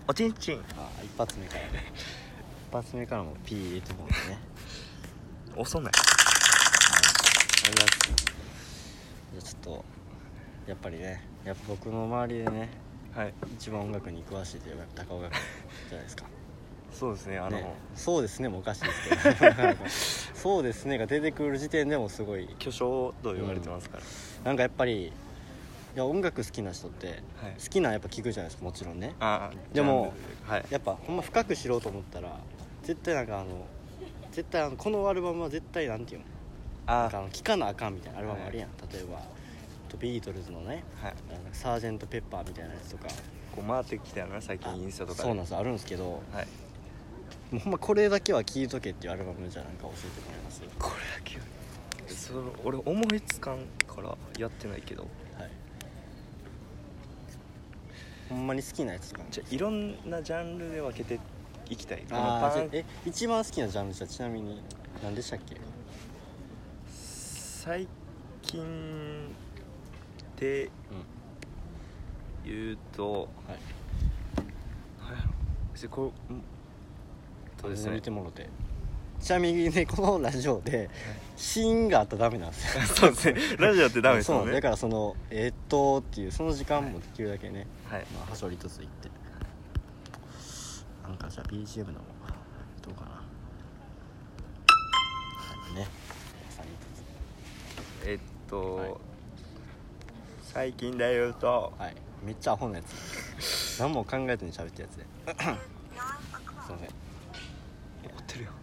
おちんちん。 一発目からね一発目からもピー入れてもらってね遅ない。 ありがとうございます。じゃあちょっとやっぱりね、やっぱ僕の周りでね、 はい、 一番音楽に詳しいといえば高尾楽じゃないですか。 そうですね。 ね、そうですねもおかしいですけどそうですねが出てくる時点でもすごい巨匠と言われてますから、 なんかやっぱり、いや音楽好きな人って、 はい、 好きなやっぱ聞くじゃないですか、もちろんね。 でも、 はい、やっぱほんま深く知ろうと思ったら絶対なんか絶対このアルバムは絶対なんていうの、なんか聴かなあかんみたいなアルバムあるやん、例えばビートルズのね、 はい、 サージェントペッパーみたいなやつとかこう回ってきたよな最近インスタとかで。 そうなんですあるんですけど、 はい、 もうほんまこれだけは聴いとけっていうアルバムじゃなんか教えてもらえます？ これだけは俺思いつかんからやってないけど、 はい、ほんまに好きなやつとかじゃあいろんなジャンルで分けていきたい。 一番好きなジャンルじゃちなみに何でしたっけ？ 最近で言うと、はい、こうですね。 見てもろて。ちなみにね、このラジオでシーンがあったらダメなんですよそうですね、ラジオってダメですもんね。 だからそのっていうその時間もできるだけね、 はい、 まあ、はしょりつついってなんかじゃあ BGM のどうかな、はいね、はい、 最近で言うと、 はい、めっちゃアホなやつ何も考えずに喋ってるやつですいません、 怒ってるよ。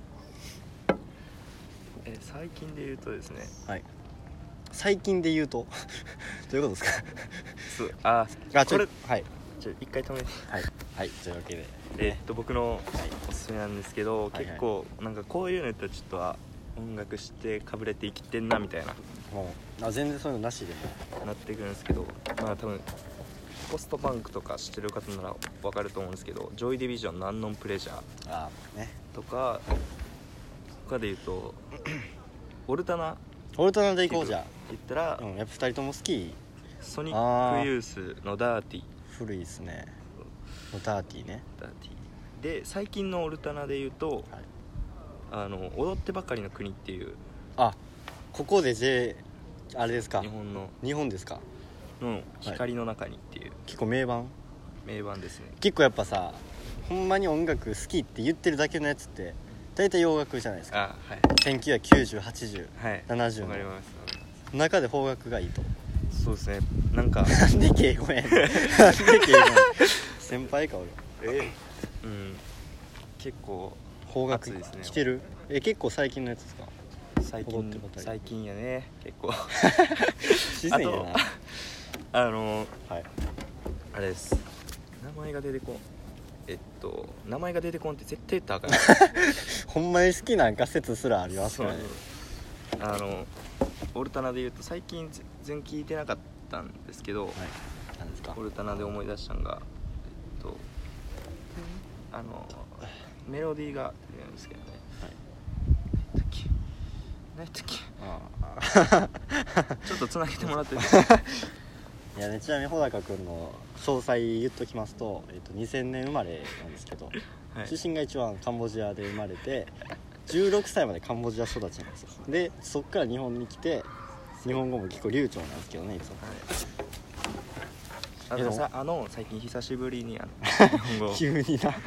最近で言うとですね、 はい、最近で言うとどういうことですか？これはい、 じゃあ一回止めて、 はい、はい、というわけで、 僕のおすすめなんですけど、 はい、 結構なんかこういうのやったらちょっとは音楽してかぶれて生きてんなみたいな、 もう全然そういうのなしでもなってくるんですけど、まあ多分ポストパンクとか知ってる方なら分かると思うんですけど、ジョイ・ディビジョンのアンノンプレジャーねとか他で言うとオルタナでいこう。じゃあ言ったら、 やっぱ2人とも好き。 ソニックユースのダーティー、 古いですね、ダーティーね。 ダーティーで、最近のオルタナで言うと、はい、踊ってばかりの国っていう、 ここであれですか、日本ですかの光の中にっていう、はい、 結構名盤ですね。 結構やっぱさ、ほんまに音楽好きって言ってるだけのやつって大体洋楽じゃないですか。 はい、 1990、80、 はい、 70のわかります。 中で邦楽がいいと。 そうですね、なんかなんで敬語やねん先輩か俺。 結構邦楽ですね。 来てる？結構最近のやつですか？ 最近やね、結構自然やな。 はい、あれです、名前が出てこんって絶対言ったらあかんほんまに好きな仮説すらありますからね。 オルタナで言うと最近全然聞いてなかったんですけど、はい、 何ですか？ オルタナで思い出したのが、メロディーが出るんですけどね、何やったっけちょっとつなげてもらっていいやね、ちなみに穂高くんの詳細言っときますと、2000年生まれなんですけど、はい、出身が一番カンボジアで生まれて16歳までカンボジア育ちなんですよ。でそっから日本に来て日本語も結構流暢なんですけどね、いつも。 最近久しぶりに日本語急にな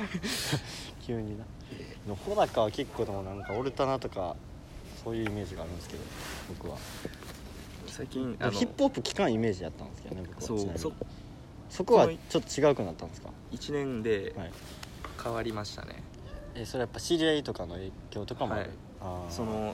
穂高は結構でもなんかオルタナとかそういうイメージがあるんですけど、僕は最近ヒップホップ期間イメージやったんですけどね、僕は。そこはちょっと違うくなったんですか ？1年で変わりましたね。 それやっぱ知り合いとかの影響とかもある？ はい、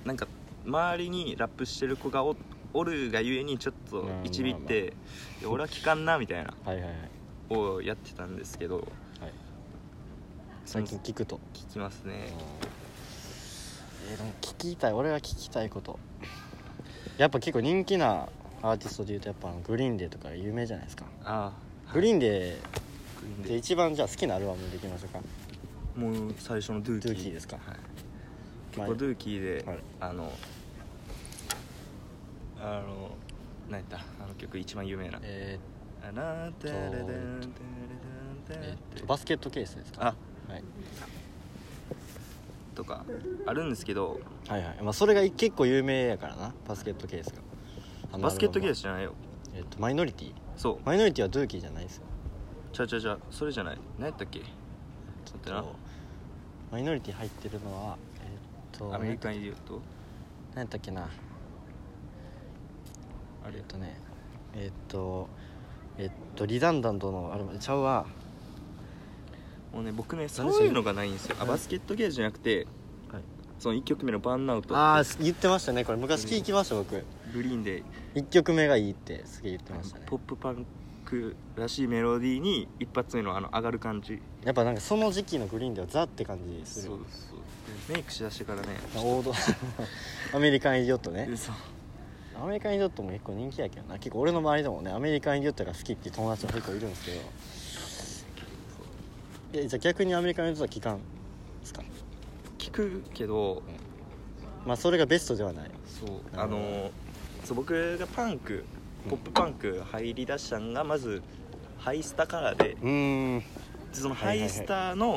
なんか周りにラップしてる子がおるがゆえにちょっと一ビって、俺は聞かんなみたいなをやってたんですけど、はい、 最近聞くと聞きますね。 でも俺が聞きたいことやっぱ結構人気なアーティストでいうとやっぱグリーンデーとか有名じゃないですか。グリーンデーで一番じゃあ好きなアルバムでいきましょうか。 もう最初のドゥーキーですか。はい、 結構ドゥーキーで、はい、何やった曲一番有名なバスケットケースですか。はい、 とかあるんですけど、 はいはい、まあ、それが結構有名やからな、バスケットケースが。 バスケットケースじゃないよ。 マイノリティ。 そう、 マイノリティはドゥーキーじゃないですよ。 ちゃそれじゃない。何やったっけ。ちょっと待ってな。 マイノリティ入ってるのはアメリカンイディオット。 何やったっけな。あれリダンダントのあれちゃうわ。 もうね、僕ね、そういうのがないんですよ。バスケットケースじゃなくて、はい、その1曲目のバーンアウト。 ああ、言ってましたね。これ昔聞きました僕。 グリーンで 1曲目がいいってすげえ言ってましたね。 ポップパンクらしいメロディーに一発目の上がる感じ。 やっぱなんかその時期のグリーンではザって感じする。 そうメイクしだしてからね、 王道アメリカンイディオットね。 そう、 アメリカンイディオットも結構人気やけどな。結構俺の周りでもね、アメリカンイディオットが好きっていう友達も結構いるんですけど。じゃあ逆にアメリカンイディオットは聞かんですか。 聞くけど、 まあそれがベストではない。 そう僕がポップパンク入りだしたんがまずハイスタからで、そのハイスタの、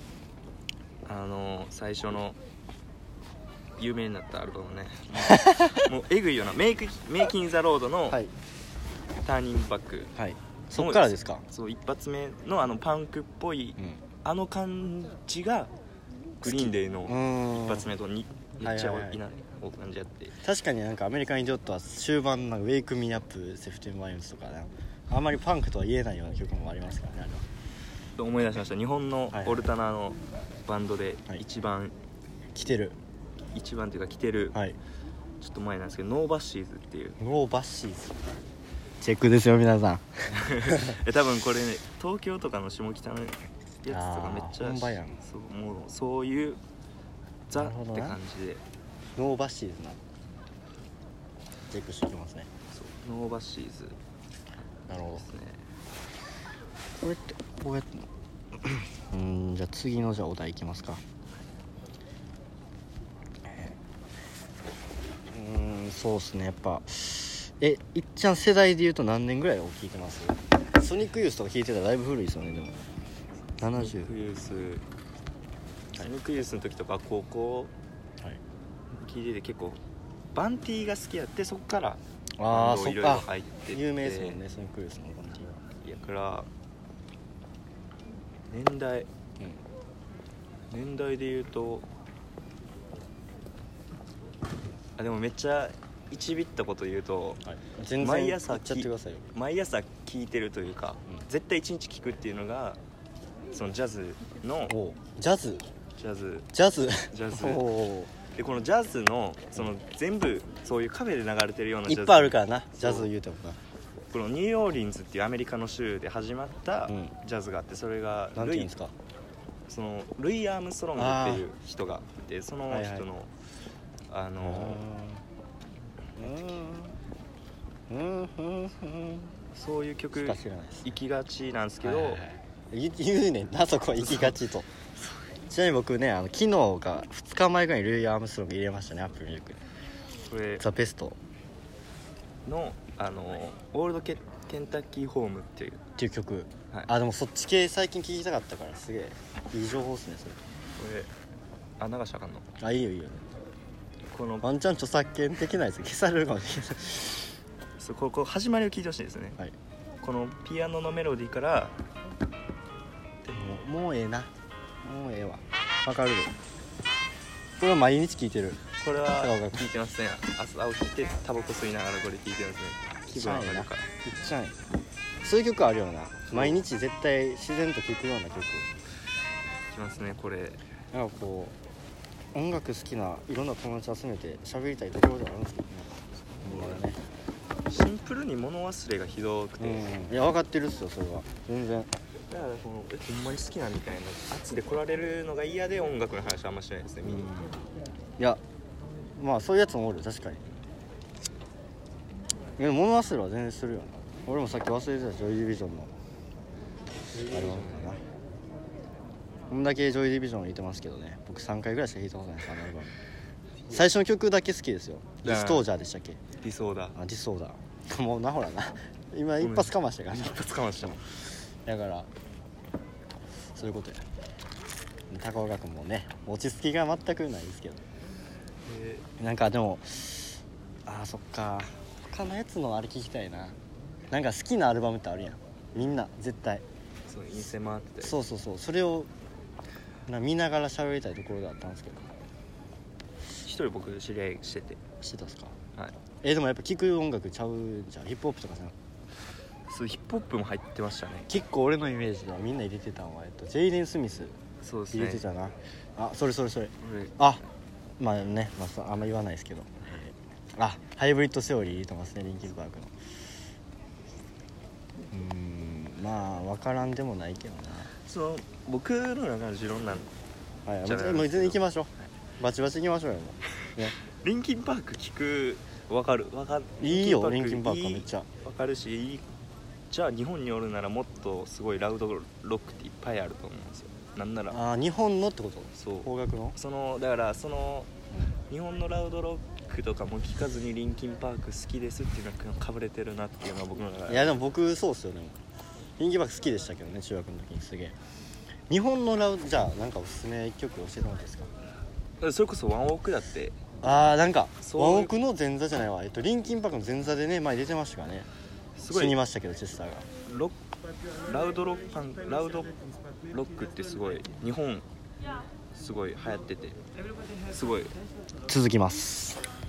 最初の有名になったアルバムねもうえぐいよな。メイキンザロードのターニングバック、 はい、そっからですか。 そう一発目のパンクっぽい、感じがグリーンデーの一発目とめっちゃいいな感じやって。 確かになんかアメリカンイディオットは終盤なんかウェイクミーアップセフティマイムズとか、ね、あんまりパンクとは言えないような曲もありますからね。あれは思い出しました。日本のオルタナのバンドで一番来てる、 一番というか来てる、はい、ちょっと前なんですけど、ノーバッシーズっていう。 ノーバッシーズチェックですよ皆さん多分これね、東京とかの下北のやつとかめっちゃ本場やん。 もうそういうザって感じで、 ノーバッシーズなチェックしておきますね。 そうノーバッシーズ。 なるほどですね。 これってこうやってじゃあ次のお題いきますか。そうっすね。やっぱいっちゃん世代で言うと何年ぐらいを聞いてます？ソニックユースとか聞いてたらだいぶ古いですよね。でも70。ソニックユースの時とか高校聞いてて、結構バンティーが好きやって、そこからいろいろ入ってて、 有名ですもんね、ソニックユースのバンティーは。 いやから年代で言うと、でもめっちゃ1ビったこと言うと、 全然毎朝言っちゃってくださいよ。 毎朝聴いてるというか、絶対1日聴くっていうのがそのジャズのジャズで、このジャズのその全部そういうカフェで流れてるようなジャズいっぱいあるからな、ジャズ言うてもな。 このニューオーリンズっていうアメリカの州で始まったジャズがあって、それがなんていうんですか、 そのルイ・アームストロングっていう人がいて、その人のそういう曲行きがちなんですけど、 言うねんな、そこは行きがちと。ちなみに僕ね、昨日が2日前ぐらいにルイ・アームストロング入れましたね、アップルミルク。 これザ・ベストのオールドケンタッキーホームっていう曲、でもそっち系最近聞きたかったから、すげえいい情報っすねそれ。 これ流しゃあかんの？ いいよいいよ。 このワンチャン著作権的なやつ消されるかもしれないそう、ここ始まりを聞いてほしいですね、このピアノのメロディーからもうええな、もうええわ、わかるで。これは毎日聞いてる。 これは聞いてますね。朝起きてタバコ吸いながらこれ聞いてますね。気分上がるから。 そういう曲あるよな、毎日絶対自然と聴くような曲。 聞きますねこれ。 なんかこう音楽好きないろんな友達集めて喋りたいところではあるんですけどね、みんなね。 シンプルに物忘れがひどくて、 いや分かってるっすよそれは全然。 だからこのほんまに好きなみたいな圧で来られるのが嫌で音楽の話あんましないですね、みんな。 いやまあそういうやつもおる、確かに。でも物忘れは全然するよな。俺もさっき忘れてたジョイディビジョンのあれはかな。こんだけジョイディビジョン入れてますけどね、僕3回ぐらいしか弾いたことないです。アルバム最初の曲だけ好きですよ。ディストージャーでしたっけ？ ディソーダー。 ディソーダーもうな、ほらな今一発かましたから、 一発かましたもん。 だからそういうことや。高岡君もね落ち着きが全くないですけど、なんかでもそっか、他のやつのあれ聞きたいな。なんか好きなアルバムってあるやん、みんな絶対。 そうインスタ回ってたり、 そうそうそう、それを見ながら喋りたいところだったんですけど。 一人僕知り合いしてたっすか。 はい。 でもやっぱ聴く音楽ちゃうじゃん、ヒップホップとかさ。 そうヒップホップも入ってましたね。 結構俺のイメージではみんな入れてたのは、ジェイデン・スミスそうですね、 入れてたな。それまあね、あんま言わないですけど、ハイブリッドセオリー入れてますね、リンキンパークの。まあ分からんでもないけどな。 その僕の中の持論なんもう全然行きましょう、バチバチ行きましょうよもう、ね、 リンキンパーク聞く、分かるいいよ、リンキンパークはめっちゃ分かるし、じゃあ日本におるならもっとすごいラウドロックっていっぱいあると思うんですよ。なんなら日本のってこと。 そう邦楽のだから日本のラウドロックとかも聞かずにリンキンパーク好きですっていうのがかぶれてるなっていうのは僕の中で。 いやでも僕そうっすよね、リンキンパーク好きでしたけどね、中学の時に。すげえ日本のじゃあなんかおすすめ1曲教えてもらっていいですか。 それこそワンオークだって。 なんかワンオクの前座じゃないわ、リンキンパークの前座でね前出てましたからね。すごい死にましたけどチェスターが。 ラウドロックってすごい日本すごい流行ってて、すごい。 続きます。